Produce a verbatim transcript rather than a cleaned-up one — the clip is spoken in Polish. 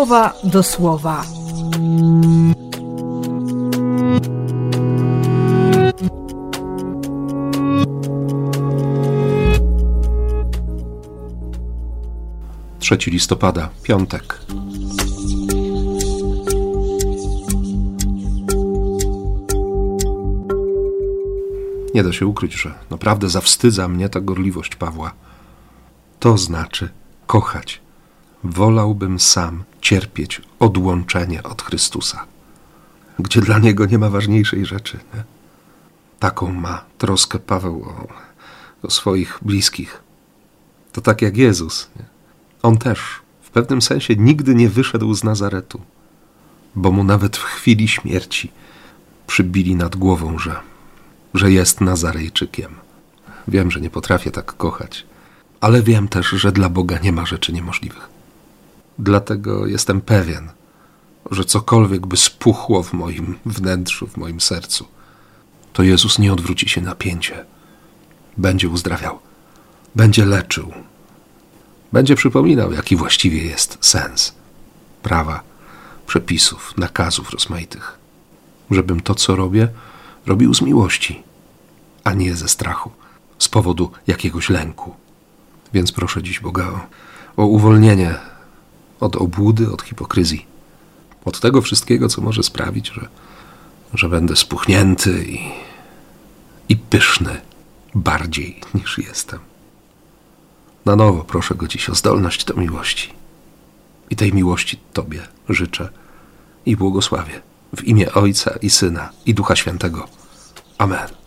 słowa do słowa. trzeciego listopada, piątek. Nie da się ukryć, że naprawdę zawstydza mnie ta gorliwość Pawła. To znaczy kochać. Wolałbym sam cierpieć odłączenie od Chrystusa, gdzie dla Niego nie ma ważniejszej rzeczy. Nie? Taką ma troskę Paweł o, o swoich bliskich. To tak jak Jezus. Nie? On też w pewnym sensie nigdy nie wyszedł z Nazaretu, bo mu nawet w chwili śmierci przybili nad głową, że, że jest Nazarejczykiem. Wiem, że nie potrafię tak kochać, ale wiem też, że dla Boga nie ma rzeczy niemożliwych. Dlatego jestem pewien, że cokolwiek by spuchło w moim wnętrzu, w moim sercu, to Jezus nie odwróci się na pięcie. Będzie uzdrawiał, będzie leczył, będzie przypominał, jaki właściwie jest sens prawa, przepisów, nakazów rozmaitych. Żebym to, co robię, robił z miłości, a nie ze strachu, z powodu jakiegoś lęku. Więc proszę dziś Boga o, o uwolnienie od obłudy, od hipokryzji, od tego wszystkiego, co może sprawić, że, że będę spuchnięty i, i pyszny bardziej niż jestem. Na nowo proszę Go dziś o zdolność do miłości. I tej miłości Tobie życzę i błogosławię w imię Ojca i Syna i Ducha Świętego. Amen.